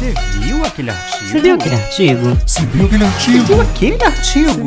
Você viu aquele artigo? Você viu aquele artigo? Você viu aquele artigo? Você viu aquele artigo?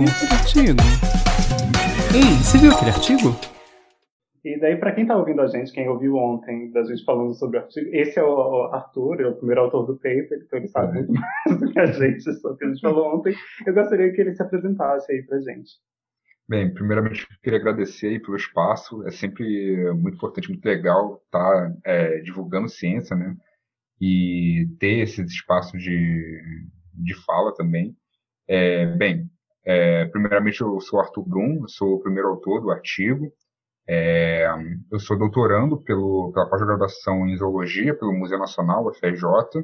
Ei, você viu aquele artigo? E daí, para quem tá ouvindo a gente, quem ouviu ontem da gente falando sobre o artigo, esse é o Arthur, é o primeiro autor do paper, então ele sabe muito mais do que a gente sobre o que a gente falou ontem. Eu gostaria que ele se apresentasse aí pra gente. Bem, primeiramente eu queria agradecer aí pelo espaço. É sempre muito importante, muito legal estar divulgando ciência, né? E ter esses espaços de fala também. Primeiramente eu sou Arthur Brum, eu sou o primeiro autor do artigo. Eu sou doutorando pela pós-graduação em Zoologia pelo Museu Nacional, UFRJ.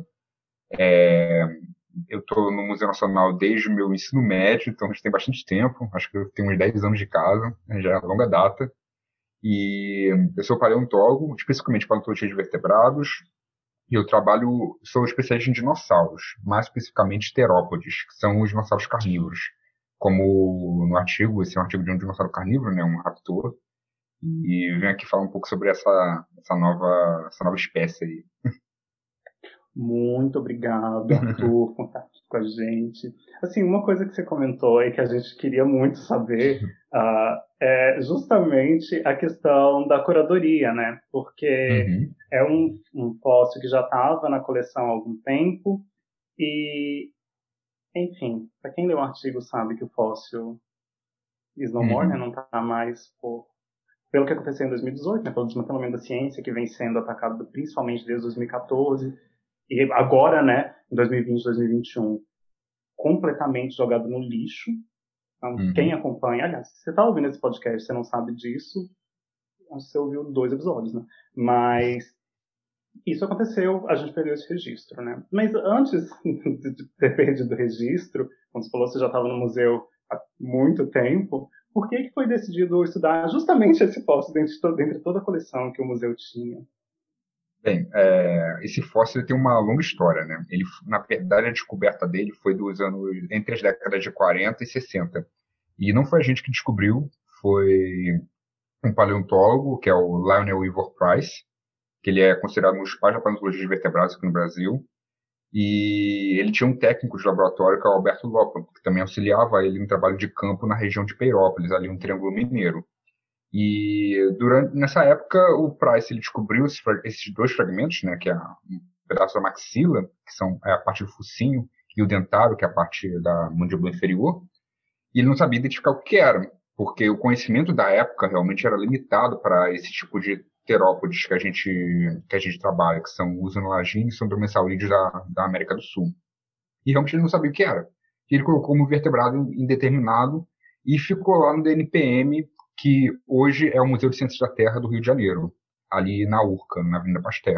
Eu estou no Museu Nacional desde o meu ensino médio, então já tem bastante tempo, acho que eu tenho uns 10 anos de casa, já é longa data. E eu sou paleontólogo, especificamente paleontologia de vertebrados, e eu sou especialista em dinossauros, mais especificamente terópodes, que são os dinossauros carnívoros. Como no artigo, esse é um artigo de um dinossauro carnívoro, né, um raptor, e venho aqui falar um pouco sobre essa nova espécie aí. Muito obrigado, Arthur, por estar aqui com a gente. Assim, uma coisa que você comentou e que a gente queria muito saber é justamente a questão da curadoria, né? Porque é um fóssil que já estava na coleção há algum tempo e, enfim, para quem leu o artigo sabe que o fóssil is no more, né? Não está mais pelo que aconteceu em 2018, né? Pelo desmantelamento da ciência, que vem sendo atacado principalmente desde 2014. E agora, né, em 2020, 2021, completamente jogado no lixo. Então, quem acompanha... Aliás, se você está ouvindo esse podcast e você não sabe disso, você ouviu 2 episódios, né? Mas isso aconteceu, a gente perdeu esse registro, né? Mas antes de ter perdido o registro, como você falou, você já estava no museu há muito tempo, por que foi decidido estudar justamente esse fóssil dentre toda a coleção que o museu tinha? Bem, esse fóssil tem uma longa história, né? Ele, na verdade, a descoberta dele foi entre as décadas de 40 e 60. E não foi a gente que descobriu, foi um paleontólogo, que é o Lionel Ivor Price, que ele é considerado um dos pais da paleontologia de vertebrados aqui no Brasil. E ele tinha um técnico de laboratório, que é o Alberto Lopa, que também auxiliava ele no trabalho de campo na região de Peirópolis, ali no Triângulo Mineiro. E nessa época o Price ele descobriu esses 2 fragmentos, né, que é um pedaço da maxila, que são a parte do focinho, e o dentário, que é a parte da mandíbula inferior. E ele não sabia identificar o que era, porque o conhecimento da época realmente era limitado para esse tipo de terópodes que a gente trabalha, que são os unolagines e são dromeosaurídeos da América do Sul. E realmente ele não sabia o que era. E ele colocou como vertebrado indeterminado e ficou lá no DNPM, que hoje é o Museu de Ciências da Terra do Rio de Janeiro, ali na Urca, na Avenida Pasteur.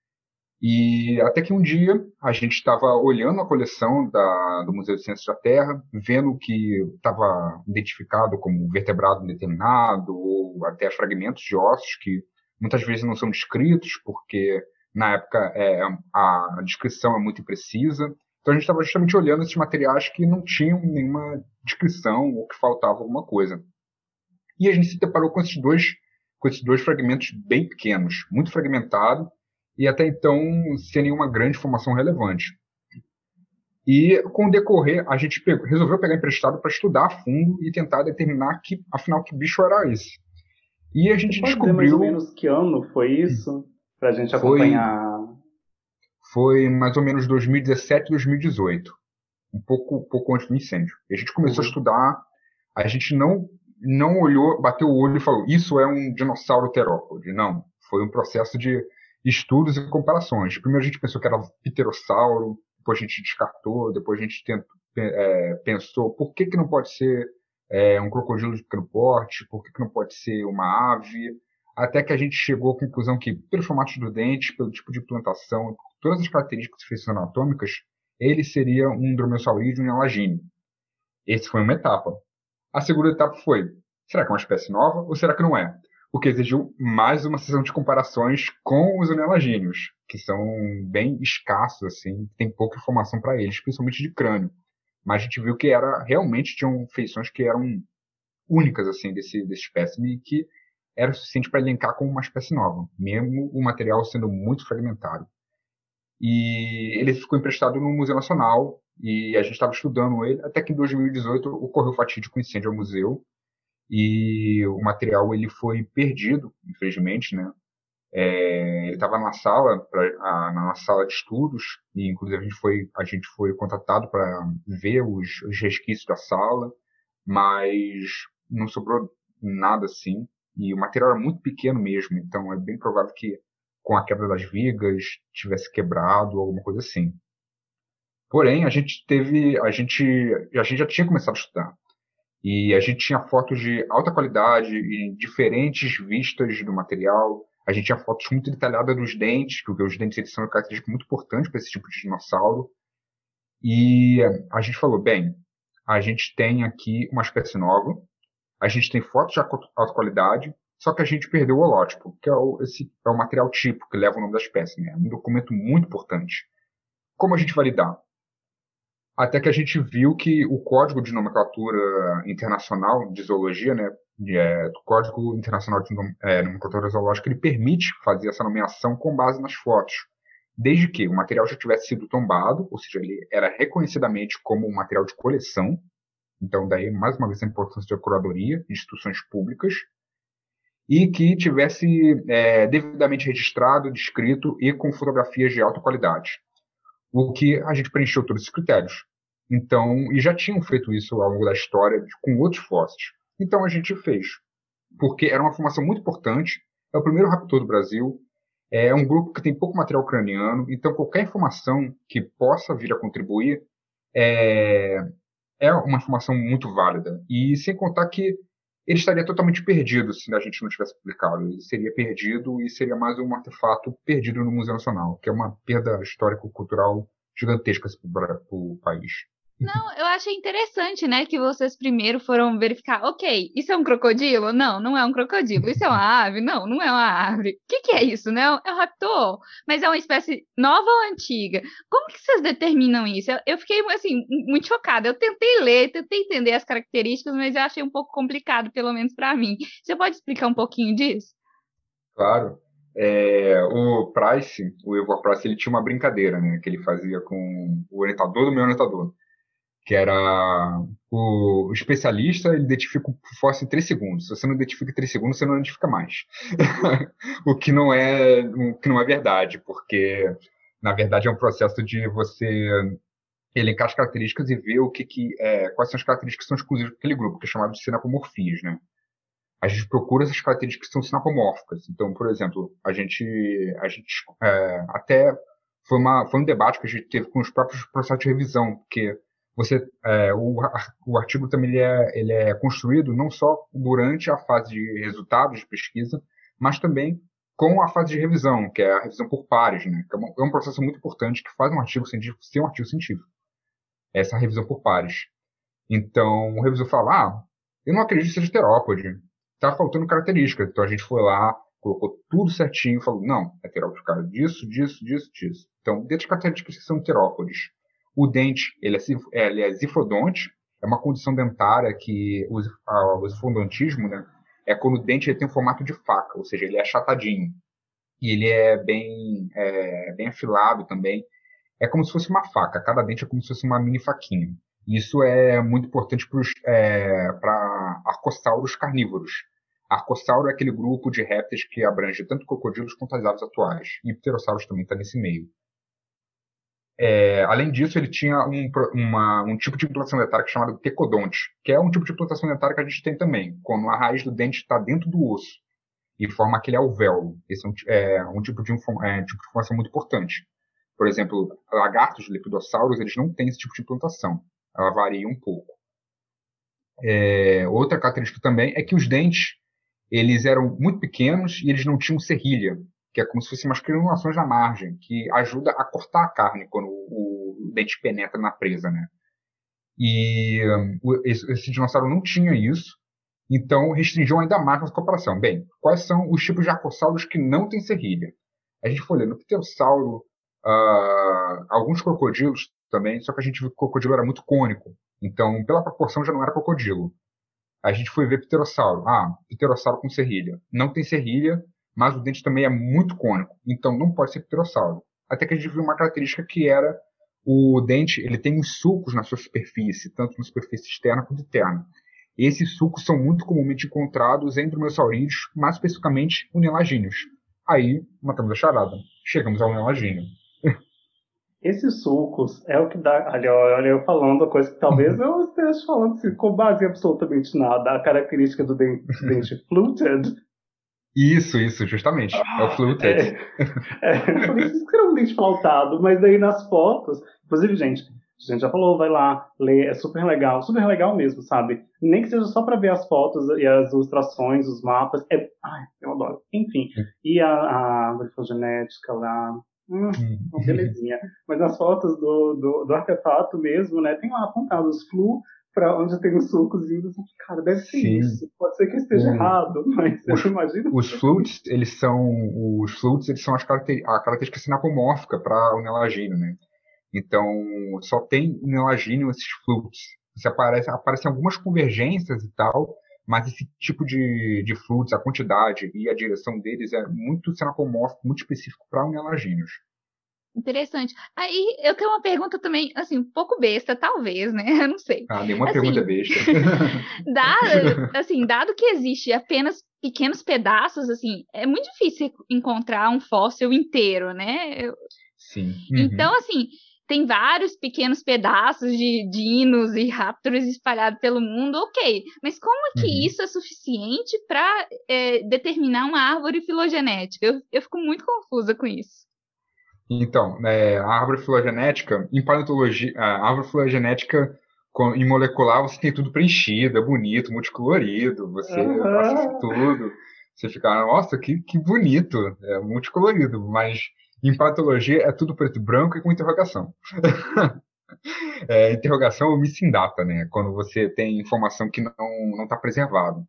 E até que um dia a gente estava olhando a coleção do Museu de Ciências da Terra, vendo que estava identificado como vertebrado indeterminado, ou até fragmentos de ossos que muitas vezes não são descritos, porque na época a descrição é muito imprecisa. Então a gente estava justamente olhando esses materiais que não tinham nenhuma descrição ou que faltava alguma coisa. E a gente se deparou com esses dois fragmentos bem pequenos, muito fragmentados, e até então sem nenhuma grande informação relevante. E com o decorrer, a gente resolveu pegar emprestado para estudar a fundo e tentar determinar afinal que bicho era esse. E a gente descobriu... mais ou menos que ano foi isso? Para a gente acompanhar... Foi mais ou menos 2017, 2018. Um pouco antes do incêndio. E a gente começou a estudar, a gente não olhou, bateu o olho e falou, isso é um dinossauro terópode. Não, foi um processo de estudos e comparações. Primeiro a gente pensou que era pterossauro, depois a gente descartou, depois a gente pensou por que não pode ser um crocodilo de pequeno porte, por que não pode ser uma ave, até que a gente chegou à conclusão que, pelo formato do dente, pelo tipo de implantação, por todas as características fisionatômicas, ele seria um dromeosaurídeo unalagine. Essa foi uma etapa. A segunda etapa foi, será que é uma espécie nova ou será que não é? O que exigiu mais uma sessão de comparações com os unelagíneos, que são bem escassos, assim, tem pouca informação para eles, principalmente de crânio. Mas a gente viu que realmente tinham feições que eram únicas, assim, desse espécime, e que era suficiente para elencar como uma espécie nova, mesmo o material sendo muito fragmentado. e ele ficou emprestado no Museu Nacional, e a gente estava estudando ele, até que em 2018 ocorreu o fatídico incêndio ao museu, e o material ele foi perdido, infelizmente, né? Ele estava na sala, na nossa sala de estudos, e inclusive a gente foi contatado para ver os resquícios da sala, mas não sobrou nada assim, e o material era muito pequeno mesmo, então é bem provável que com a quebra das vigas tivesse quebrado, alguma coisa assim. Porém, a gente já tinha começado a estudar. E a gente tinha fotos de alta qualidade e diferentes vistas do material. A gente tinha fotos muito detalhadas dos dentes, porque os dentes eles são uma característica muito importante para esse tipo de dinossauro. E a gente falou, bem, a gente tem aqui uma espécie nova, a gente tem fotos de alta qualidade, só que a gente perdeu o holótipo, que é o material tipo que leva o nome da espécie, né? É um documento muito importante. Como a gente vai lidar? Até que a gente viu que o Código de Nomenclatura Internacional de Zoologia, né, do Código Internacional de Nomenclatura Zoológica, ele permite fazer essa nomeação com base nas fotos, desde que o material já tivesse sido tombado, ou seja, ele era reconhecidamente como um material de coleção, então daí mais uma vez a importância da curadoria, instituições públicas, e que tivesse devidamente registrado, descrito e com fotografias de alta qualidade. O que a gente preencheu todos esses critérios. Então, e já tinham feito isso ao longo da história com outros fósseis. Então a gente fez, porque era uma formação muito importante, é o primeiro raptor do Brasil, é um grupo que tem pouco material craniano, então qualquer informação que possa vir a contribuir é uma informação muito válida. E sem contar que ele estaria totalmente perdido se a gente não tivesse publicado. Ele seria perdido e seria mais um artefato perdido no Museu Nacional, que é uma perda histórico-cultural gigantesca para o país. Não, eu achei interessante, né, que vocês primeiro foram verificar, ok, isso é um crocodilo? Não, não é um crocodilo. Isso é uma ave? Não, não é uma árvore. O que é isso, né? É um raptor, mas é uma espécie nova ou antiga? Como que vocês determinam isso? Eu fiquei, assim, muito chocada. Eu tentei ler, tentei entender as características, mas eu achei um pouco complicado, pelo menos para mim. Você pode explicar um pouquinho disso? Claro. O Evo Price, ele tinha uma brincadeira, né, que ele fazia com o orientador do meu orientador, que era o especialista, ele identifica o fóssil em 3 segundos. Se você não identifica em 3 segundos, você não identifica mais. o que não é verdade, porque, na verdade, é um processo de você elencar as características e ver quais são as características que são exclusivas daquele grupo, que é chamado de sinapomorfias, né? A gente procura essas características que são sinapomórficas. Então, por exemplo, a gente até foi um debate que a gente teve com os próprios processos de revisão, porque o artigo também ele é construído não só durante a fase de resultados de pesquisa, mas também com a fase de revisão, que é a revisão por pares, né? Que é um processo muito importante que faz um artigo científico ser um artigo científico. Essa revisão por pares. Então, o revisor fala, eu não acredito que seja terópode. Tá faltando característica. Então a gente foi lá, colocou tudo certinho e falou, não, é terópode, cara, disso. Então, dentro das características que são terópodes, o dente, ele é zifodonte, é uma condição dentária que o zifodontismo, né, é quando o dente ele tem um formato de faca, ou seja, ele é achatadinho. E ele é bem afilado também. É como se fosse uma faca, cada dente é como se fosse uma mini faquinha. Isso é muito importante para arcossauros carnívoros. Arcossauro é aquele grupo de répteis que abrange tanto crocodilos quanto as aves atuais. E pterossauros também está nesse meio. Além disso, ele tinha um tipo de implantação dentária chamado tecodonte, que é um tipo de implantação dentária que a gente tem também, quando a raiz do dente está dentro do osso e forma aquele alvéolo. Esse é um tipo de informação muito importante. Por exemplo, lagartos, lepidossauros, eles não têm esse tipo de implantação. Ela varia um pouco. Outra característica também é que os dentes eles eram muito pequenos e eles não tinham serrilha, que é como se fossem umas granulações na margem, que ajuda a cortar a carne quando o dente penetra na presa, né? E esse dinossauro não tinha isso, então restringiu ainda mais a comparação. Bem, quais são os tipos de arcossauros que não têm serrilha? A gente foi olhando o pterossauro, alguns crocodilos também, só que a gente viu que o crocodilo era muito cônico, então pela proporção já não era crocodilo. A gente foi ver pterossauro. Pterossauro com serrilha. Não tem serrilha, mas o dente também é muito cônico. Então não pode ser pterossauro. até que a gente viu uma característica que era o dente, ele tem uns sulcos na sua superfície, tanto na superfície externa quanto interna. E esses sulcos são muito comumente encontrados em dromaeossaurídeos, mais especificamente unelagíneos. Aí, matamos a charada. Chegamos ao unelagíneo. Esses sulcos é o que dá. Olha, eu falando a coisa que talvez eu esteja falando assim, com base em absolutamente nada. A característica do dente fluted. Isso, justamente. É o fluted. Eu falei, isso que era um dente flautado, mas daí nas fotos. Inclusive, gente, a gente já falou, vai lá, lê, é super legal mesmo, sabe? Nem que seja só para ver as fotos e as ilustrações, os mapas. Ai, eu adoro. Enfim, e a árvore filogenética lá. Uma belezinha. Mas nas fotos do artefato mesmo, né, tem lá apontados flu para onde tem os sulcos indo. Cara, deve ser isso. Pode ser que eu esteja errado, mas eu imagino. Os flutes, eles são a característica sinapomórfica para o unelagíneo, né? Então, só tem unelagíneo esses flutes. Aparecem algumas convergências e tal, mas esse tipo de flutes, a quantidade e a direção deles é muito sinapomórfico, muito específico para unelagíneos. Interessante. Aí eu tenho uma pergunta também, assim, um pouco besta, talvez, né? Eu não sei. Nenhuma pergunta é besta. Dado que existe apenas pequenos pedaços, assim, é muito difícil encontrar um fóssil inteiro, né? Sim. Então, assim, tem vários pequenos pedaços de dinos e raptors espalhados pelo mundo, ok. Mas como é que isso é suficiente para determinar uma árvore filogenética? Eu fico muito confusa com isso. Então, a árvore filogenética, em paleontologia, a árvore filogenética em molecular você tem tudo preenchido, é bonito, multicolorido, você assiste tudo, você fica, nossa, que bonito, é multicolorido, mas em patologia é tudo preto e branco e com interrogação. Interrogação ou missing data, né? Quando você tem informação que não está preservado.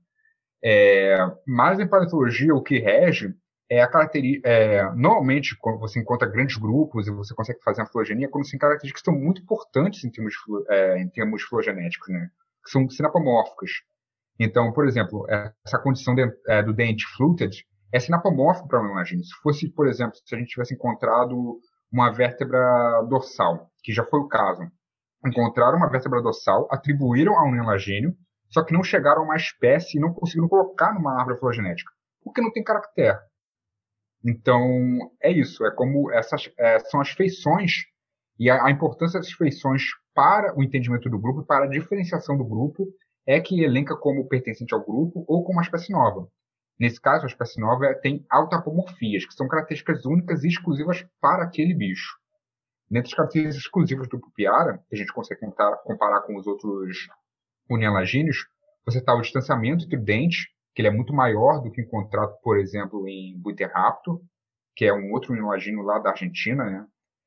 Mas em paleontologia o que rege é a característica. Normalmente, quando você encontra grandes grupos e você consegue fazer uma filogenia, quando tem características que são muito importantes em termos filogenéticos, né? Que são sinapomórficas. Então, por exemplo, essa condição do dente fluted é sinapomórfico para a unelagíneo. Se fosse, por exemplo, se a gente tivesse encontrado uma vértebra dorsal, que já foi o caso, encontraram uma vértebra dorsal, atribuíram a unelagíneo, só que não chegaram a uma espécie e não conseguiram colocar numa árvore filogenética, porque não tem caractere. Então, é isso. É como são as feições e a importância dessas feições para o entendimento do grupo, para a diferenciação do grupo, é que elenca como pertencente ao grupo ou como uma espécie nova. Nesse caso, a espécie nova tem autapomorfias, que são características únicas e exclusivas para aquele bicho. Dentre as características exclusivas do Pupiara, que a gente consegue comparar com os outros unelagíneos, você está o distanciamento entre o dente, que ele é muito maior do que encontrado, por exemplo, em Buiterraptor, que é um outro unelagíneo lá da Argentina, né?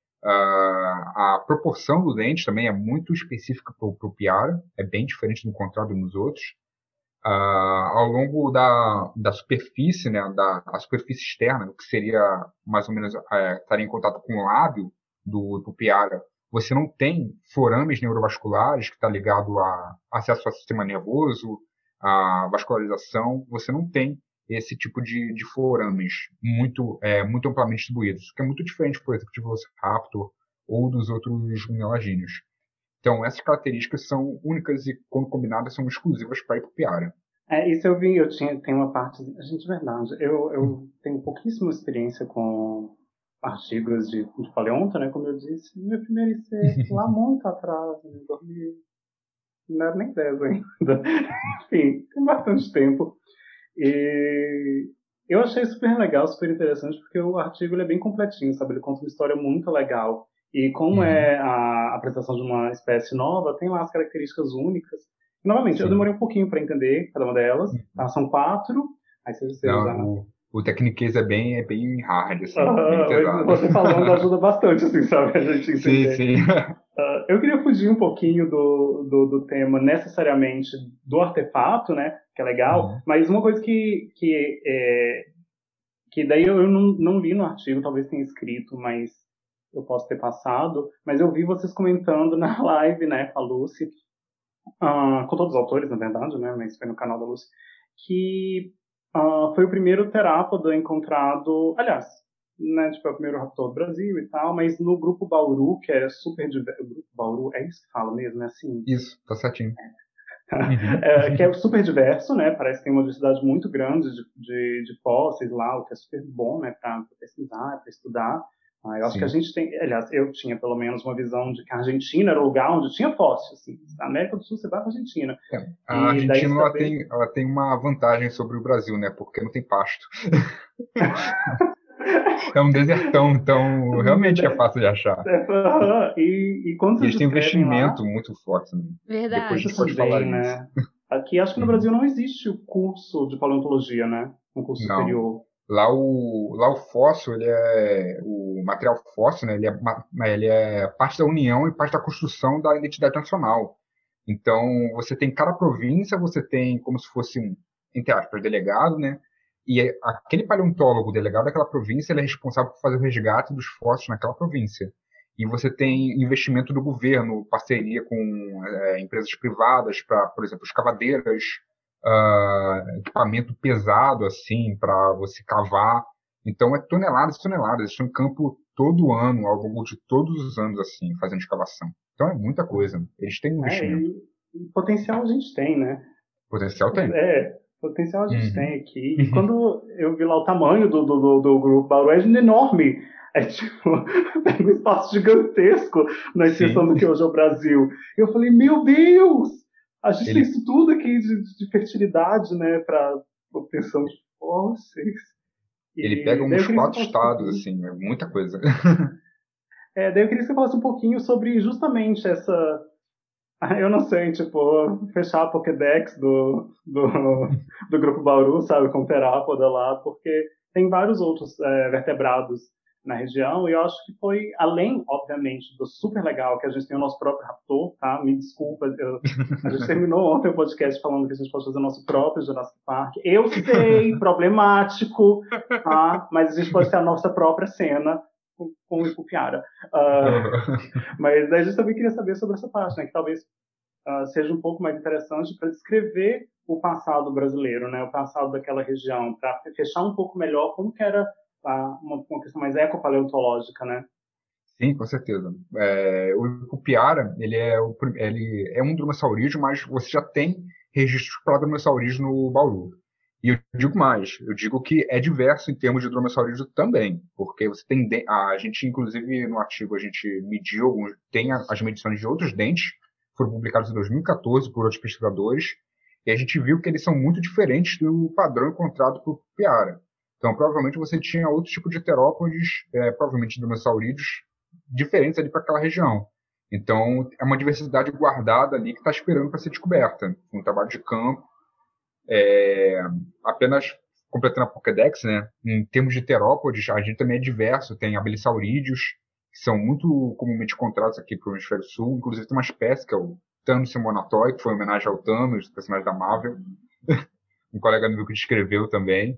A proporção do dente também é muito específica para o Pupiara, é bem diferente do encontrado nos outros. Ao longo da superfície, né, a superfície externa, que seria mais ou menos estaria em contato com o lábio do Pupiara, você não tem forames neurovasculares, que está ligado a acesso ao sistema nervoso, a vascularização, você não tem esse tipo de forames muito amplamente distribuídos, que é muito diferente, por exemplo, de Velociraptor ou dos outros unelagíneos. Então, essas características são únicas e, quando combinadas, são exclusivas para a Pupiara. Isso eu vi, tem uma parte... Gente, verdade, eu tenho pouquíssima experiência com artigos de paleonto, né? Como eu disse, meu primeiro IC lá muito atrás, em 2000, não era nem 10 ainda. Enfim, tem bastante tempo. E eu achei super legal, super interessante, porque o artigo ele é bem completinho, sabe? Ele conta uma história muito legal. E como é a apresentação de uma espécie nova, tem lá as características únicas. Novamente, eu demorei um pouquinho para entender cada uma delas. Tá? São 4. Aí você o Techniquez é bem hard, assim, bem pesado. Você falando ajuda bastante, assim, sabe? A gente entender. Sim. Eu queria fugir um pouquinho do tema necessariamente do artefato, né? Que é legal. Mas uma coisa que daí eu não li no artigo, talvez tenha escrito, mas eu posso ter passado. Mas eu vi vocês comentando na live, né, com a Lucy, com todos os autores, na verdade, né? Mas foi no canal da Lucy, que foi o primeiro terápodo encontrado. Aliás, né, tipo, é o primeiro raptor do Brasil e tal, mas no Grupo Bauru, que é super diverso, o Grupo Bauru, é isso que fala mesmo, é assim? Isso, tá certinho. Uhum. Que é super diverso, né? Parece que tem uma diversidade muito grande de fósseis lá, o que é super bom, né? Para pesquisar, para estudar. Eu acho que a Sim. gente tem, aliás, eu tinha pelo menos uma visão de que a Argentina era o lugar onde tinha fósseis, assim. Na América do Sul você vai para a Argentina. A E daí Argentina saber... ela tem uma vantagem sobre o Brasil, né? Porque não tem pasto. É um desertão, então realmente é fácil de achar. E quando E vocês eles têm um descrevem lá, investimento muito forte também. Depois a Verdade. gente isso pode falar também, disso. né? Aqui acho que no Uhum. Brasil não existe o curso de paleontologia, né? Um curso Não. superior. Lá o fóssil, o material fóssil, né? Ele é parte da união e parte da construção da identidade nacional. Então, você tem cada província, você tem como se fosse um, entre aspas, delegado, né? Aquele paleontólogo, delegado daquela província, ele é responsável por fazer o resgate dos fósseis naquela província. E você tem investimento do governo, parceria com empresas privadas para, por exemplo, escavadeiras, equipamento pesado assim para você cavar. Então é toneladas e toneladas. Eles estão em campo todo ano, ao longo de todos os anos assim, fazendo escavação. Então é muita coisa. Eles têm investimento. E potencial a gente tem, né? Potencial tem. Potencial a gente Uhum. tem aqui. E quando eu vi lá o tamanho do grupo Bauru, é enorme. É tipo, tem um espaço gigantesco na extensão do que hoje é o Brasil. Eu falei, meu Deus! A gente tem isso tudo aqui de fertilidade, né? Para obtenção de fósseis. Ele pega Daí eu uns queria que você 4 falasse um estados, pouquinho. assim, é muita coisa. Daí eu queria que você falasse um pouquinho sobre justamente essa. Eu não sei, tipo, fechar a Pokédex do Grupo Bauru, sabe, com terápoda lá, porque tem vários outros vertebrados na região, e eu acho que foi, além, obviamente, do super legal que a gente tem o nosso próprio raptor, tá? Me desculpa, a gente terminou ontem o podcast falando que a gente pode fazer o nosso próprio Jurassic Park. Eu sei, problemático, tá? Mas a gente pode ter a nossa própria cena com o Ipupiara. Mas a gente também queria saber sobre essa parte, né? Que talvez seja um pouco mais interessante para descrever o passado brasileiro, né? O passado daquela região, para fechar um pouco melhor como que era uma questão mais ecopaleontológica, né? Sim, com certeza. O Ipupiara, ele é um dromaeosaurídeo, mas você já tem registros para dromaeosaurídeo no Bauru. E eu digo mais, eu digo que é diverso em termos de dromaeosaurídeo também, porque você tem a gente inclusive no artigo a gente mediu tem as medições de outros dentes, foram publicados em 2014 por outros pesquisadores, e a gente viu que eles são muito diferentes do padrão encontrado por Ipupiara. Então, provavelmente você tinha outro tipo de terópodes, provavelmente dromaeosaurídeos diferentes ali para aquela região. Então, é uma diversidade guardada ali que está esperando para ser descoberta. Um trabalho de campo. Apenas completando a Pokédex, né? Em termos de terópodes, a gente também é diverso. Tem abelissaurídeos, que são muito comumente encontrados aqui para o Hemisfério Sul. Inclusive, tem uma espécie que é o Thanos Simonatói, que foi em homenagem ao Thanos, personagem da Marvel. Um colega meu que descreveu também.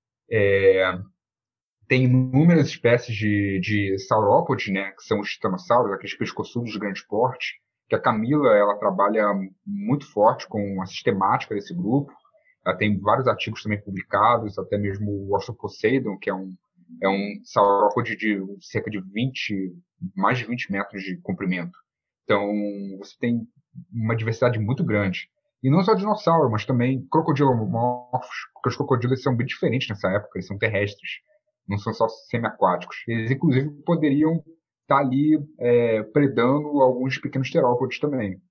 Tem inúmeras espécies de saurópodes, né, que são os titanossauros, aqueles pescoçudos de grande porte, que a Camila ela trabalha muito forte com a sistemática desse grupo. Ela tem vários artigos também publicados, até mesmo o Orthoposeidon, que é um saurópode de cerca de mais de 20 metros de comprimento. Então, você tem uma diversidade muito grande. E não só dinossauro, mas também crocodilomorfos, porque os crocodilos são bem diferentes nessa época, eles são terrestres, não são só semiaquáticos. Eles, inclusive, poderiam estar ali predando alguns pequenos terópodes também.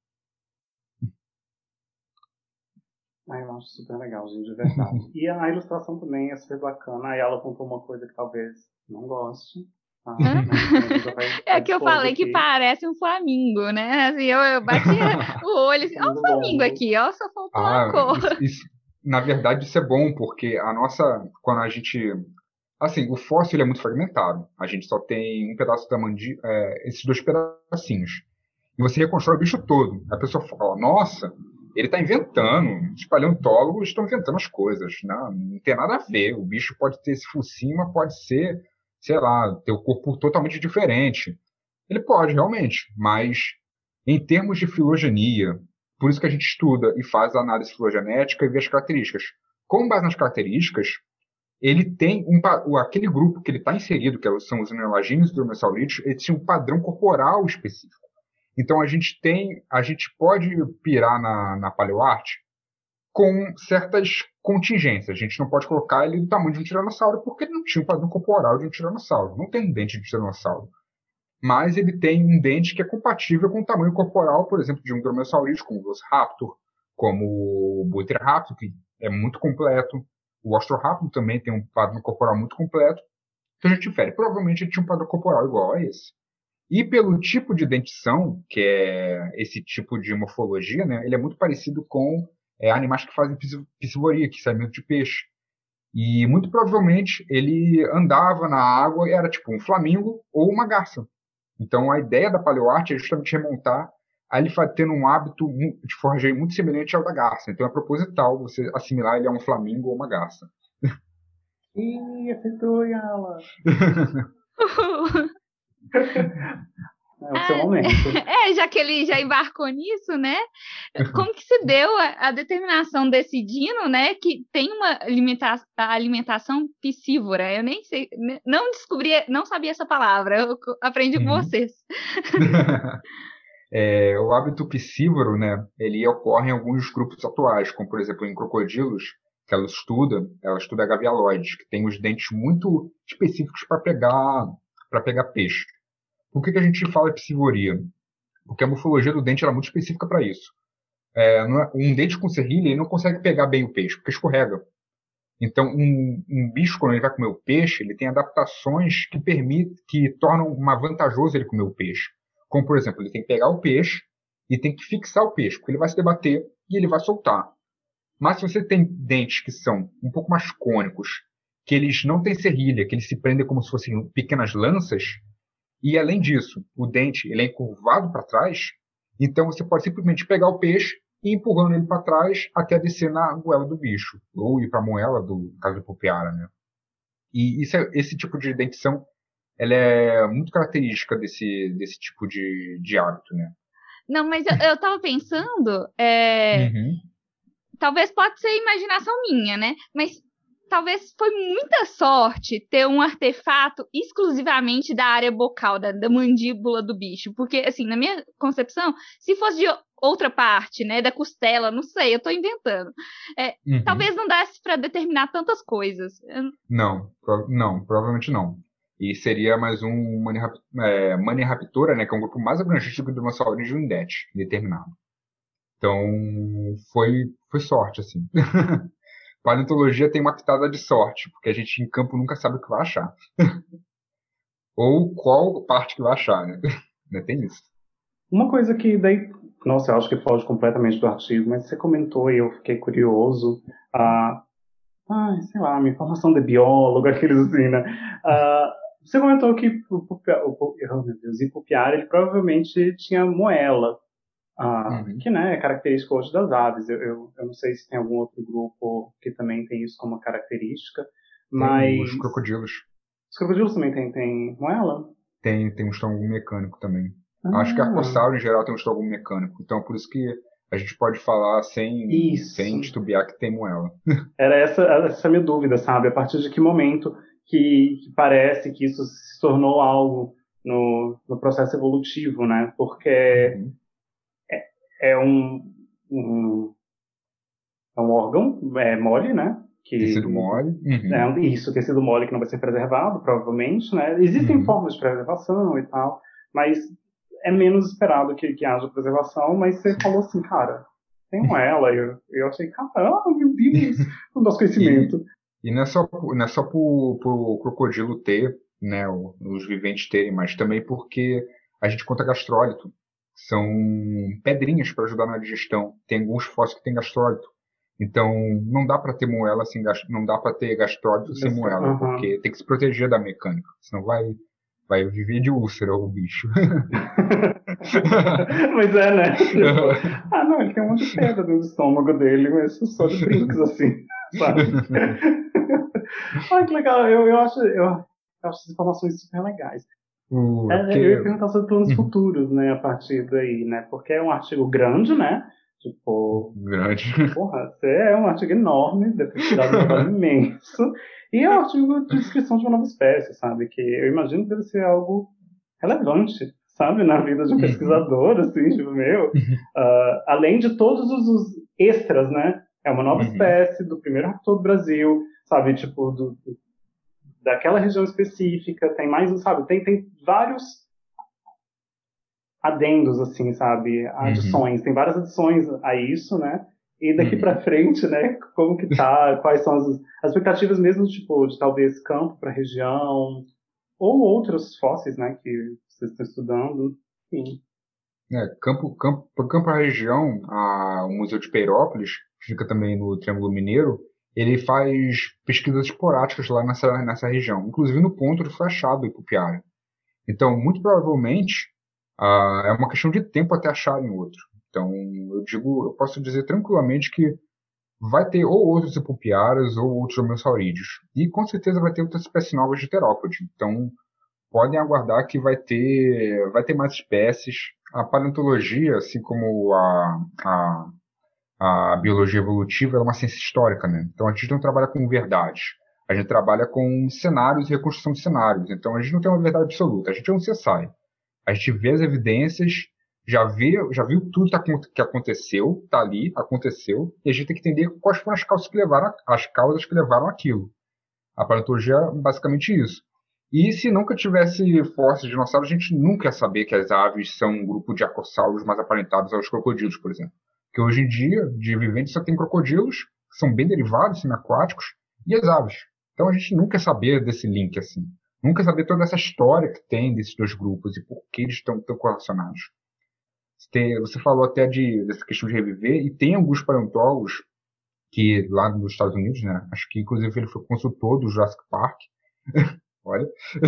Eu acho super legal, gente, de verdade. E a ilustração também é super bacana. Aí ela apontou uma coisa que talvez não goste. Tá? É que eu falei que parece um flamingo, né? Assim, eu bati o olho assim, ó, um flamingo aqui, ó, só faltou a cor. Na verdade, isso é bom, porque quando a gente... Assim, o fóssil ele é muito fragmentado. A gente só tem um pedaço da esses 2 pedacinhos. E você reconstrói o bicho todo. A pessoa fala, nossa, ele está inventando. Os paleontólogos estão inventando as coisas. Não tem nada a ver. O bicho pode ter esse focinho, mas pode ser, sei lá, ter o corpo totalmente diferente. Ele pode, realmente. Mas, em termos de filogenia, por isso que a gente estuda e faz a análise filogenética e vê as características. Com base nas características, ele tem aquele grupo que ele está inserido, são os neolagíneos e dromeossaurídeos, eles têm um padrão corporal específico. Então a gente pode pirar na paleoarte com certas contingências. A gente não pode colocar ele do tamanho de um tiranossauro porque ele não tinha um padrão corporal de um tiranossauro. Não tem um dente de tiranossauro. Mas ele tem um dente que é compatível com o tamanho corporal, por exemplo, de um dromeossaurídeo, como o Velociraptor, como o Buitreraptor, que é muito completo. O Austroraptor também tem um padrão corporal muito completo. Então a gente infere. Provavelmente ele tinha um padrão corporal igual a esse. E pelo tipo de dentição, que é esse tipo de morfologia, né, ele é muito parecido com animais que fazem piscivoria, que se alimentam de peixe. E muito provavelmente ele andava na água e era tipo um flamingo ou uma garça. Então a ideia da paleoarte é justamente remontar a ele tendo um hábito de forrageio muito semelhante ao da garça. Então é proposital você assimilar ele a um flamingo ou uma garça. Ih, acertou, Yala! É o seu momento. Já que ele já embarcou nisso, né? Como que se deu a determinação desse dino, né? Que tem uma alimentação piscívora. Eu nem sei, não descobri, não sabia essa palavra. Eu aprendi com vocês. O hábito piscívoro, né? Ele ocorre em alguns grupos atuais, como por exemplo em crocodilos, que ela estuda gavialoides, que tem os dentes muito específicos para pegar peixe. Por que a gente fala de piscivoria? Porque a morfologia do dente é muito específica para isso. Um dente com serrilha ele não consegue pegar bem o peixe, porque escorrega. Então, um bicho, quando ele vai comer o peixe, ele tem adaptações que tornam vantajoso ele comer o peixe. Como, por exemplo, ele tem que pegar o peixe e tem que fixar o peixe, porque ele vai se debater e ele vai soltar. Mas se você tem dentes que são um pouco mais cônicos, que eles não têm serrilha, que eles se prendem como se fossem pequenas lanças, e além disso, o dente ele é encurvado para trás, então você pode simplesmente pegar o peixe e ir empurrando ele para trás até descer na goela do bicho, ou ir para a moela do caso de Pupiara, né? E esse tipo de dentição ela é muito característica desse tipo de hábito, né? Não, mas eu tava pensando, talvez pode ser imaginação minha, né? Mas talvez foi muita sorte ter um artefato exclusivamente da área bucal, da mandíbula do bicho. Porque, assim, na minha concepção, se fosse de outra parte, né, da costela, não sei, eu tô inventando. Talvez não desse para determinar tantas coisas. Não, provavelmente não. E seria mais um Maniraptora, né, que é um grupo mais abrangente do que o Dromaeosauride Indete, determinado. Então, foi sorte, assim. Paleontologia tem uma pitada de sorte, porque a gente em campo nunca sabe o que vai achar. Ou qual parte que vai achar, né? Tem isso. Uma coisa que daí, nossa, eu acho que foge completamente do artigo, mas você comentou e eu fiquei curioso. Sei lá, uma informação de biólogo, aqueles assim, né? Você comentou que o Pupiara, ele provavelmente tinha moela. Que né, é característica hoje das aves. Eu não sei se tem algum outro grupo que também tem isso como característica, mas... Tem os crocodilos. Os crocodilos também tem moela? Tem um estômago mecânico também. Acho que a arcossauro, em geral, tem um estômago mecânico. Então, por isso que a gente pode falar sem titubear que tem moela. Era essa a minha dúvida, sabe? A partir de que momento que parece que isso se tornou algo no processo evolutivo, né? Porque... É um órgão mole, né? Tecido mole. Tecido mole que não vai ser preservado, provavelmente, né? Existem formas de preservação e tal, mas é menos esperado que haja preservação, mas você falou assim, cara, tem moela, eu achei, cara, meu Deus, o nosso conhecimento. E não é só pro crocodilo ter, né, os viventes terem, mas também porque a gente conta gastrólito. São pedrinhas para ajudar na digestão. Tem alguns fósseis que têm gastrólito. Então, não dá para ter moela sem não dá para ter gastrólito sem moela, porque tem que se proteger da mecânica, senão vai viver de úlcera o bicho. Mas né? Não, ele tem um monte de pedra no estômago dele, mas só de brincos, assim, sabe? Que legal, eu acho essas informações super legais. Eu ia perguntar sobre planos futuros, né, a partir daí, né, porque é um artigo grande, né, Tipo, Grande. porra, você é um artigo enorme, deve ter tirado um trabalho imenso. E é um artigo de descrição de uma nova espécie, sabe? Que eu imagino que deve ser algo relevante, sabe? Na vida de um pesquisador, assim, tipo, além de todos os extras, né? É uma nova espécie do primeiro raptor do Brasil, sabe? Tipo, daquela região específica, tem mais, sabe? Tem vários adendos, assim, sabe? Adições, tem várias adições a isso, né? E daqui pra frente, né? Como que tá, quais são as expectativas mesmo, tipo, de talvez campo pra região, ou outros fósseis, né? Que vocês estão estudando, enfim. Campo região, o Museu de Peirópolis, que fica também no Triângulo Mineiro, ele faz pesquisas esporádicas lá nessa região, inclusive no ponto de foi achado Ipupiara. Então, muito provavelmente, é uma questão de tempo até acharem outro. Então, eu posso dizer tranquilamente que vai ter ou outros Ipupiaras ou outros homeossaurídeos. E com certeza vai ter outras espécies novas de terópode. Então, podem aguardar que vai ter mais espécies. A paleontologia, assim como a biologia evolutiva, é uma ciência histórica, né? Então a gente não trabalha com verdades. A gente trabalha com cenários e reconstrução de cenários. Então a gente não tem uma verdade absoluta. A gente é um CSI. A gente vê as evidências, já viu tudo que aconteceu, está ali, aconteceu, e a gente tem que entender quais foram as causas que levaram aquilo. A paleontologia é basicamente isso. E se nunca tivesse fósseis de dinossauros, a gente nunca ia saber que as aves são um grupo de arcossauros mais aparentados aos crocodilos, por exemplo. Porque hoje em dia, de viventes, só tem crocodilos, que são bem derivados, semi-aquáticos, e as aves. Então a gente nunca ia saber desse link assim. Nunca ia saber toda essa história que tem desses dois grupos e por que eles estão tão correlacionados. Você falou até dessa questão de reviver, e tem alguns paleontólogos que lá nos Estados Unidos, né? Acho que inclusive ele foi consultor do Jurassic Park. Olha.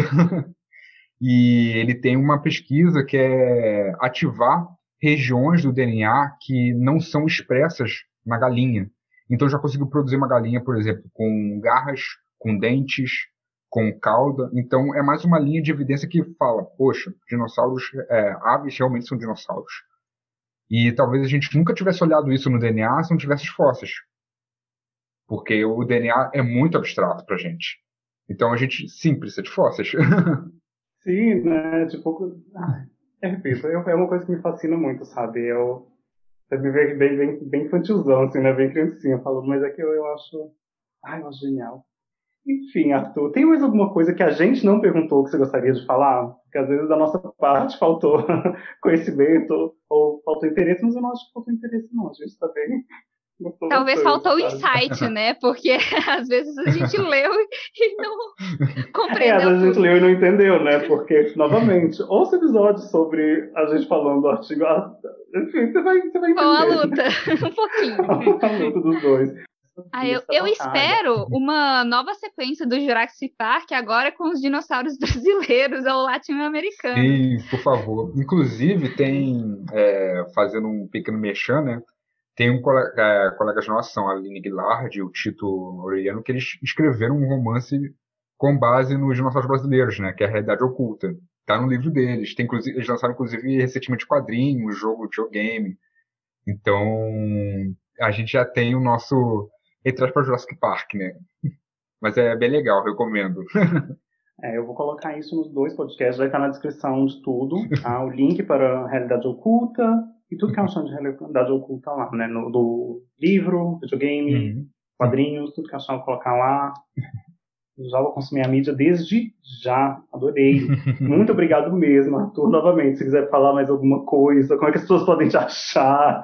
E ele tem uma pesquisa que é ativar regiões do DNA que não são expressas na galinha. Então já conseguiu produzir uma galinha, por exemplo, com garras, com dentes, com cauda. Então é mais uma linha de evidência que fala, poxa, dinossauros, aves realmente são dinossauros. E talvez a gente nunca tivesse olhado isso no DNA se não tivesse os fósseis. Porque o DNA é muito abstrato pra gente. Então a gente sim precisa de fósseis. Sim, né? Tipo, repito, é uma coisa que me fascina muito, sabe? Você me vê bem infantilzão, assim, né? Bem criancinha falando, mas é que eu acho genial. Enfim, Arthur, tem mais alguma coisa que a gente não perguntou que você gostaria de falar? Porque às vezes da nossa parte faltou conhecimento ou faltou interesse, mas eu não acho que faltou interesse, não. A gente tá bem. Talvez faltou o insight, né? Porque às vezes a gente leu e não compreendeu. Às vezes a gente leu e não entendeu, né? Porque, novamente, ouça episódios sobre a gente falando do artigo. Enfim, você vai entender. Foi uma luta, um pouquinho. A luta dos dois. Eu espero uma nova sequência do Jurassic Park agora com os dinossauros brasileiros ou latino-americanos. Sim, por favor. Inclusive, fazendo um pequeno merchan, né? Tem colegas nossos, são a Aline Guilard e o Tito Aureliano, que eles escreveram um romance com base nos dinossauros brasileiros, né? Que é a Realidade Oculta. Tá no livro deles. Eles lançaram, inclusive, recentemente quadrinhos, jogo de videogame. Então, a gente já tem o nosso... Ele traz para Jurassic Park, né? Mas é bem legal, recomendo. Eu vou colocar isso nos 2 podcasts, vai estar na descrição de tudo, tá? O link para a Realidade Oculta e tudo que é um chão de Realidade Oculta lá, né? Do livro, videogame, quadrinhos, tudo que é um chão de colocar lá. Já vou consumir a mídia desde já, adorei. Muito obrigado mesmo, Arthur, novamente. Se quiser falar mais alguma coisa, como é que as pessoas podem te achar?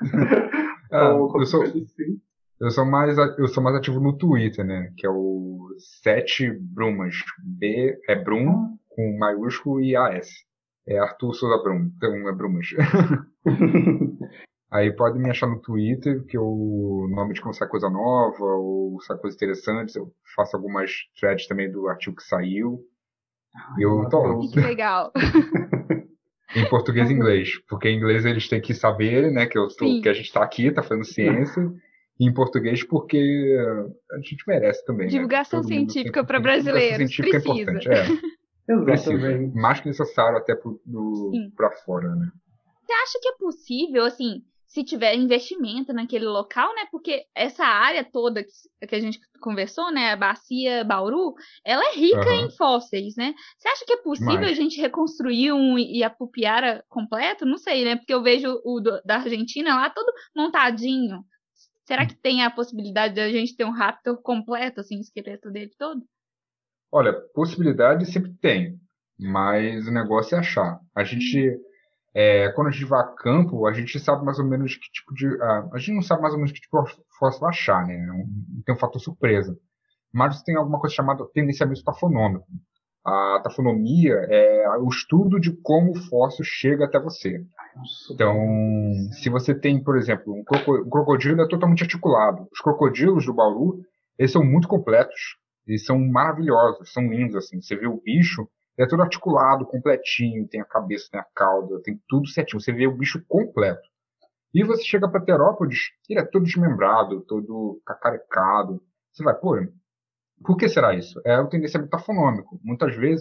Eu sou mais ativo no Twitter, né? Que é o 7 Brumas. B é Brum, com maiúsculo, e AS. É Arthur Souza Brum, então é Brumas. Aí pode me achar no Twitter, que eu normalmente quando sai coisa nova, ou sai coisas interessantes, eu faço algumas threads também do artigo que saiu. E eu tô lá. Que legal. Em português e inglês. Porque em inglês eles têm que saber, né, que a gente tá aqui, tá fazendo ciência. E em português porque a gente merece também. Divulgação científica para brasileiros. Divulgação científica precisa. É importante, Precisa. Mais que necessário até para fora, né? Você acha que é possível, assim, se tiver investimento naquele local, né? Porque essa área toda que a gente conversou, né? A Bacia Bauru, ela é rica em fósseis, né? Você acha que é possível a Demais. gente reconstruir um Iapupiara completo? Não sei, né? Porque eu vejo da Argentina lá todo montadinho. Será que tem a possibilidade de a gente ter um raptor completo, assim, o esqueleto dele todo? Olha, possibilidade sempre tem, mas o negócio é achar. Quando a gente vai a campo, a gente sabe mais ou menos que tipo de. A gente não sabe mais ou menos que tipo de fóssil achar, né? Tem um fator surpresa. Mas tem alguma coisa chamada tendenciamento tafonômico. A tafonomia é o estudo de como o fóssil chega até você. Então, se você tem, por exemplo, um crocodilo é totalmente articulado. Os crocodilos do Bauru, eles são muito completos. Eles são maravilhosos, são lindos, assim. Você vê o bicho, ele é todo articulado, completinho, tem a cabeça, tem a cauda, tem tudo certinho. Você vê o bicho completo. E você chega para Terópodes, ele é todo desmembrado, todo cacarecado. Você vai, pô, por que será isso? É o tendenciamento tafonômico. Muitas vezes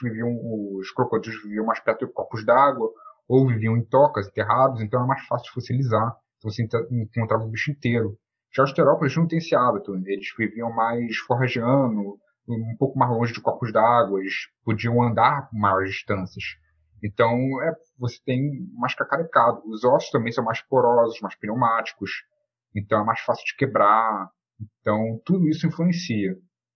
os crocodilos viviam mais perto de corpos d'água, ou viviam em tocas, enterrados, então era mais fácil de fossilizar. Então você encontrava o bicho inteiro. Já os terópodes não têm esse hábito. Eles viviam mais forrageando, um pouco mais longe de corpos d'água, eles podiam andar por maiores distâncias. Então você tem mais cacarecado. Os ossos também são mais porosos, mais pneumáticos, então é mais fácil de quebrar. Então tudo isso influencia.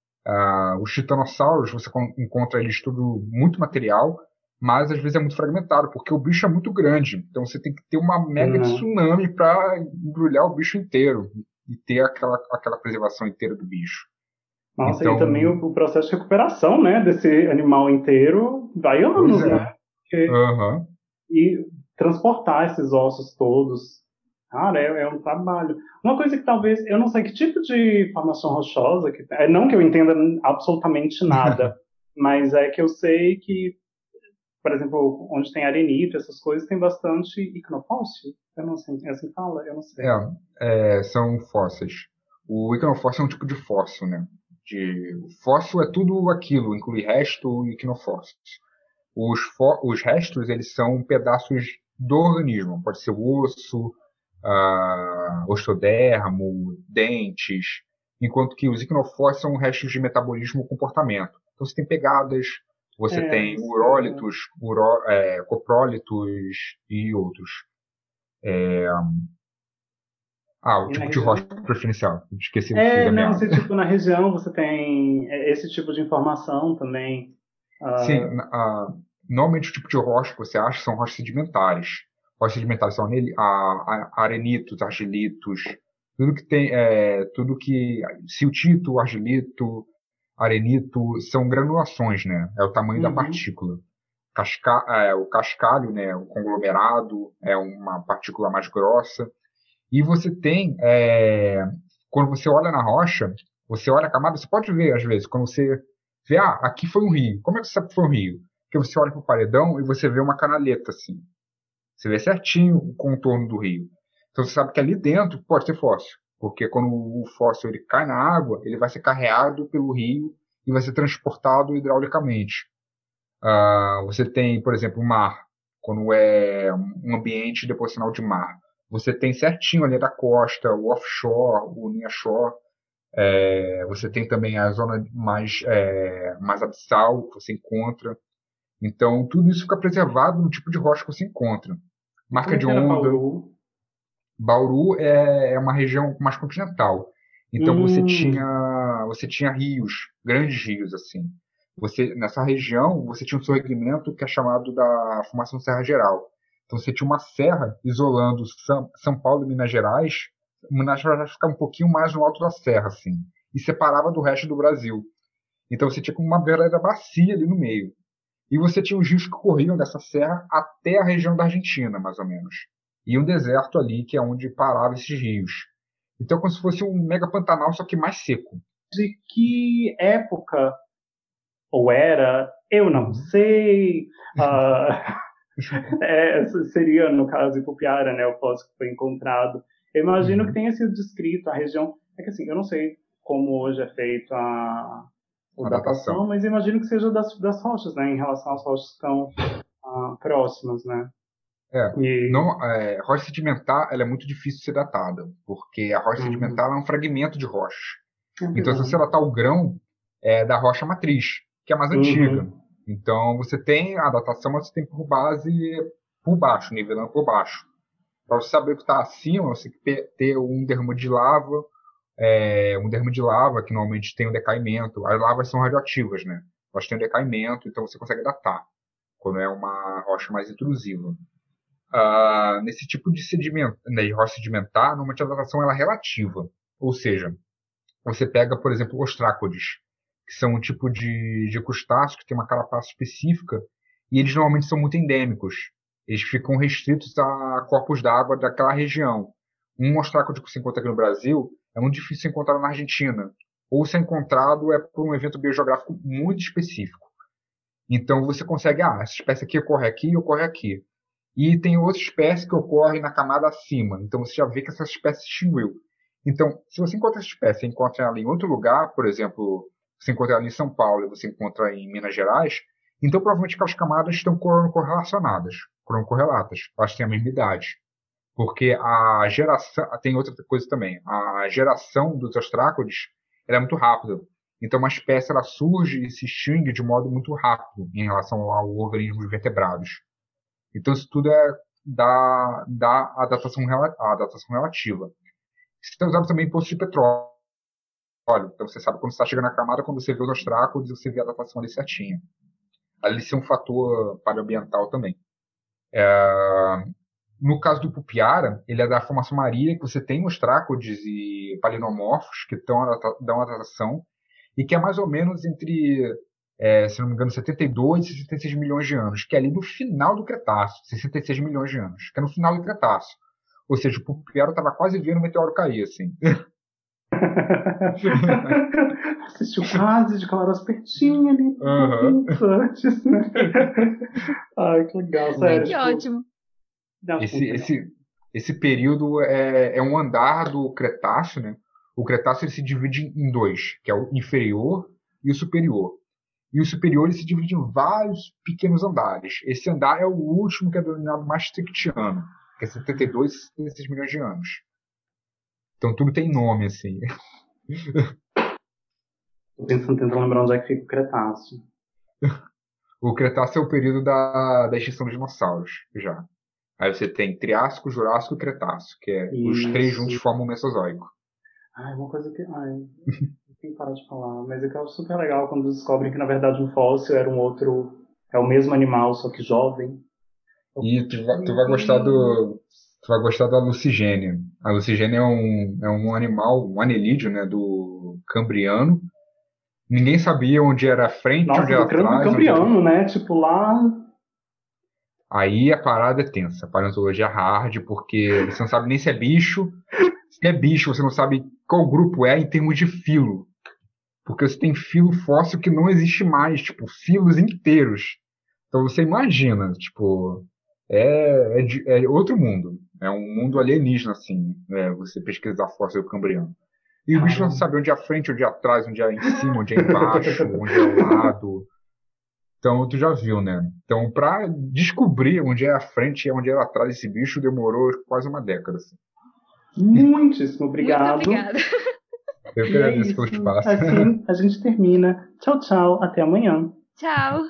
Os titanossauros, você encontra eles tudo muito material, mas às vezes é muito fragmentado, porque o bicho é muito grande. Então você tem que ter uma mega tsunami para embrulhar o bicho inteiro e ter aquela preservação inteira do bicho. Nossa, então, e também o processo de recuperação, né, desse animal inteiro vai anos, né? Porque, e transportar esses ossos todos, cara, é um trabalho. Uma coisa que talvez, eu não sei que tipo de formação rochosa, não que eu entenda absolutamente nada, mas é que eu sei que, por exemplo, onde tem arenito, essas coisas, tem bastante icnofóssil. Eu não sei, é assim que fala? Eu não sei. São fósseis. O icnofóssil é um tipo de fóssil, né? O fóssil é tudo aquilo, inclui resto e icnofósseis. Os restos, eles são pedaços do organismo. Pode ser o osso, osteodermo, dentes, enquanto que os icnofósseis são restos de metabolismo ou comportamento. Então você tem pegadas, você tem urólitos, coprólitos e outros. O tipo de rocha preferencial. Esqueci o fio da minha você, tipo, na região você tem esse tipo de informação também. Sim, normalmente o tipo de rocha que você acha são rochas sedimentares. Rochas sedimentares são arenitos, argilitos, tudo que siltito, argilito, arenito, são granulações, né? É o tamanho da partícula. O cascalho, né? O conglomerado é uma partícula mais grossa. E você tem, quando você olha na rocha, você olha a camada, você pode ver às vezes, quando você vê, aqui foi um rio. Como é que você sabe que foi um rio? Porque você olha para o paredão e você vê uma canaleta assim. Você vê certinho o contorno do rio. Então você sabe que ali dentro pode ter fóssil. Porque quando o fóssil ele cai na água, ele vai ser carreado pelo rio e vai ser transportado hidraulicamente. Você tem, por exemplo, o mar. Quando é um ambiente deposicional de mar. Você tem certinho ali da costa, o offshore, o nearshore. Você tem também a zona mais abissal que você encontra. Então, tudo isso fica preservado no tipo de rocha que você encontra. Marca de onda. Bauru é uma região mais continental. Então, você tinha rios, grandes rios, assim. Nessa região, você tinha um segmento que é chamado da Formação Serra Geral. Então, você tinha uma serra isolando São Paulo e Minas Gerais. Minas Gerais ficava um pouquinho mais no alto da serra, assim. E separava do resto do Brasil. Então, você tinha como uma verdadeira bacia ali no meio. E você tinha os rios que corriam dessa serra até a região da Argentina, mais ou menos. E um deserto ali, que é onde paravam esses rios. Então, como se fosse um mega Pantanal, só que mais seco. De que época ou era? Eu não sei. Seria, no caso, Ipupiara, né, o fóssil que foi encontrado. Eu imagino que tenha sido descrito a região. É que assim, eu não sei como hoje é feita a datação, mas imagino que seja das rochas, né, em relação às rochas que estão próximas, né? E, Rocha sedimentar, ela é muito difícil de ser datada, porque a rocha uhum, sedimentar ela é um fragmento de rocha. é Então, se você verdade. datar o grão, é da rocha matriz, que é mais antiga. Uhum, Então, você tem a datação, mas você tem por base por baixo, nivelando por baixo. Para você saber o que está acima, você tem que ter um derrame de lava, que normalmente tem um decaimento. As lavas são radioativas, né? Elas têm um decaimento, então você consegue datar, quando é uma rocha mais intrusiva. Nesse tipo de sedimento, né, de rocha sedimentar, normalmente a datação ela é relativa. Ou seja, você pega, por exemplo, ostrácodes, que são um tipo de crustáceo que tem uma carapaça específica, e eles normalmente são muito endêmicos. Eles ficam restritos a corpos d'água daquela região. Um ostrácode que você encontra aqui no Brasil é muito difícil de encontrar na Argentina. Ou se é encontrado é por um evento biogeográfico muito específico. Então você consegue, essa espécie aqui ocorre aqui e ocorre aqui. E tem outra espécie que ocorre na camada acima. Então você já vê que essa espécie se extinguiu. Então, se você encontra essa espécie e encontra ela em outro lugar, por exemplo, você encontra ela em São Paulo e você encontra em Minas Gerais, então provavelmente aquelas camadas estão correlacionadas, correlatas, elas têm a mesma idade. Porque a geração, tem outra coisa também, a geração dos ostrácodes ela é muito rápida. Então uma espécie ela surge e se extingue de modo muito rápido em relação ao organismos vertebrados. Então isso tudo dá a datação relativa. Isso é usado também em poços de petróleo. Então você sabe quando está chegando na camada, quando você vê os ostrácodes, você vê a datação ali certinha. Ali isso é um fator paleoambiental também. No caso do Pupiara, ele é da formação maria, que você tem ostrácodes e palinomorfos que dão a datação, e que é mais ou menos entre, se não me engano, 72 e 66 milhões de anos, que é ali no final do Cretáceo, 66 milhões de anos, que é no final do Cretáceo. Ou seja, o Pupiara estava quase vendo o meteoro cair, assim. assistiu quase de Camarote pertinho ali, Uhum. antes, né? Ai, que legal, Ai, sério. que Tipo, ótimo. não, tipo, muito legal. Esse período é um andar do Cretáceo, né? O Cretáceo ele se divide em dois, que é o inferior e o superior. E o superior ele se divide em vários pequenos andares. Esse andar é o último, que é denominado Maastrichtiano, que é 72 e 76 milhões de anos. Então tudo tem nome, assim. Tô tentando lembrar onde é que fica o Cretáceo. O Cretáceo é o período da extinção dos dinossauros, já. Aí você tem Triássico, Jurássico e Cretáceo, que é os três juntos Isso. formam o Mesozoico. Ai, uma coisa que. Ai, eu tenho que parar de falar. Mas é que eu acho super legal quando descobrem que, na verdade, um fóssil era um outro. É o mesmo animal, só que jovem. E tu Meu vai gostar Deus. tu vai gostar da Lucigênia. A Lucigênia é um animal, um anelídeo, né, do Cambriano. Ninguém sabia onde era a frente, onde Nossa, era do atrás, onde era... Cambriano, né? Tipo, lá. Aí a parada é tensa, a paleontologia hard, porque você não sabe nem se é bicho. Se é bicho, você não sabe qual grupo é em termos de filo. Porque você tem filo fóssil que não existe mais, tipo, filos inteiros. Então você imagina, tipo, é outro mundo. É um mundo alienígena, assim, você pesquisar fóssil cambriano. E o bicho não Cara. sabe onde é a frente, onde é atrás, onde é em cima, onde é embaixo, onde é ao lado. Então tu já viu, né? Então pra descobrir onde é a frente e onde é atrás desse bicho demorou quase uma década. Assim. Muitíssimo Muito obrigado. obrigada. Eu que E é agradeço pelo isso. espaço. Assim a gente termina. Tchau, tchau. Até amanhã. Tchau.